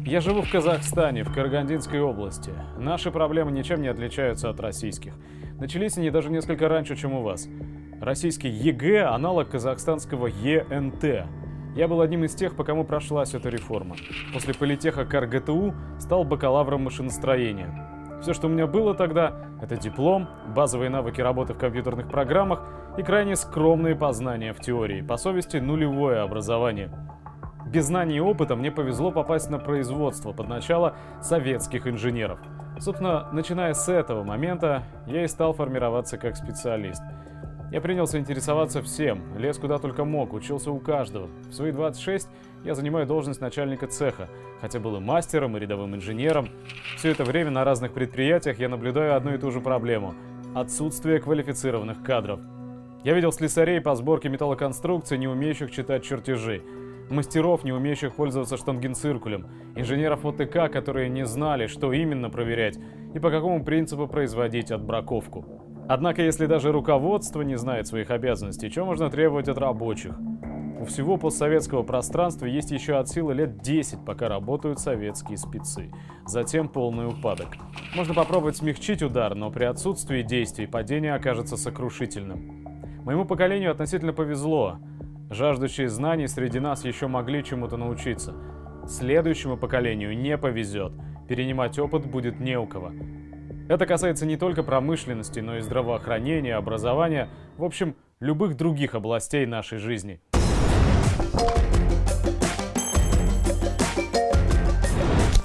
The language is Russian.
Я живу в Казахстане, в Карагандинской области. Наши проблемы ничем не отличаются от российских. Начались они даже несколько раньше, чем у вас. Российский ЕГЭ – аналог казахстанского ЕНТ. Я был одним из тех, по кому прошлась эта реформа. После политеха КарГТУ стал бакалавром машиностроения. Все, что у меня было тогда – это диплом, базовые навыки работы в компьютерных программах и крайне скромные познания в теории. По совести, нулевое образование. Без знаний и опыта мне повезло попасть на производство под начало советских инженеров. Собственно, начиная с этого момента, я и стал формироваться как специалист. Я принялся интересоваться всем, лез куда только мог, учился у каждого. В свои 26 я занимаю должность начальника цеха, хотя был и мастером, и рядовым инженером. Все это время на разных предприятиях я наблюдаю одну и ту же проблему – отсутствие квалифицированных кадров. Я видел слесарей по сборке металлоконструкций, не умеющих читать чертежи, мастеров, не умеющих пользоваться штангенциркулем, инженеров ОТК, которые не знали, что именно проверять и по какому принципу производить отбраковку. Однако, если даже руководство не знает своих обязанностей, что можно требовать от рабочих? У всего постсоветского пространства есть еще от силы лет 10, пока работают советские спецы. Затем полный упадок. Можно попробовать смягчить удар, но при отсутствии действий падение окажется сокрушительным. Моему поколению относительно повезло. Жаждущие знаний среди нас еще могли чему-то научиться. Следующему поколению не повезет. Перенимать опыт будет не у кого. Это касается не только промышленности, но и здравоохранения, образования, в общем, любых других областей нашей жизни.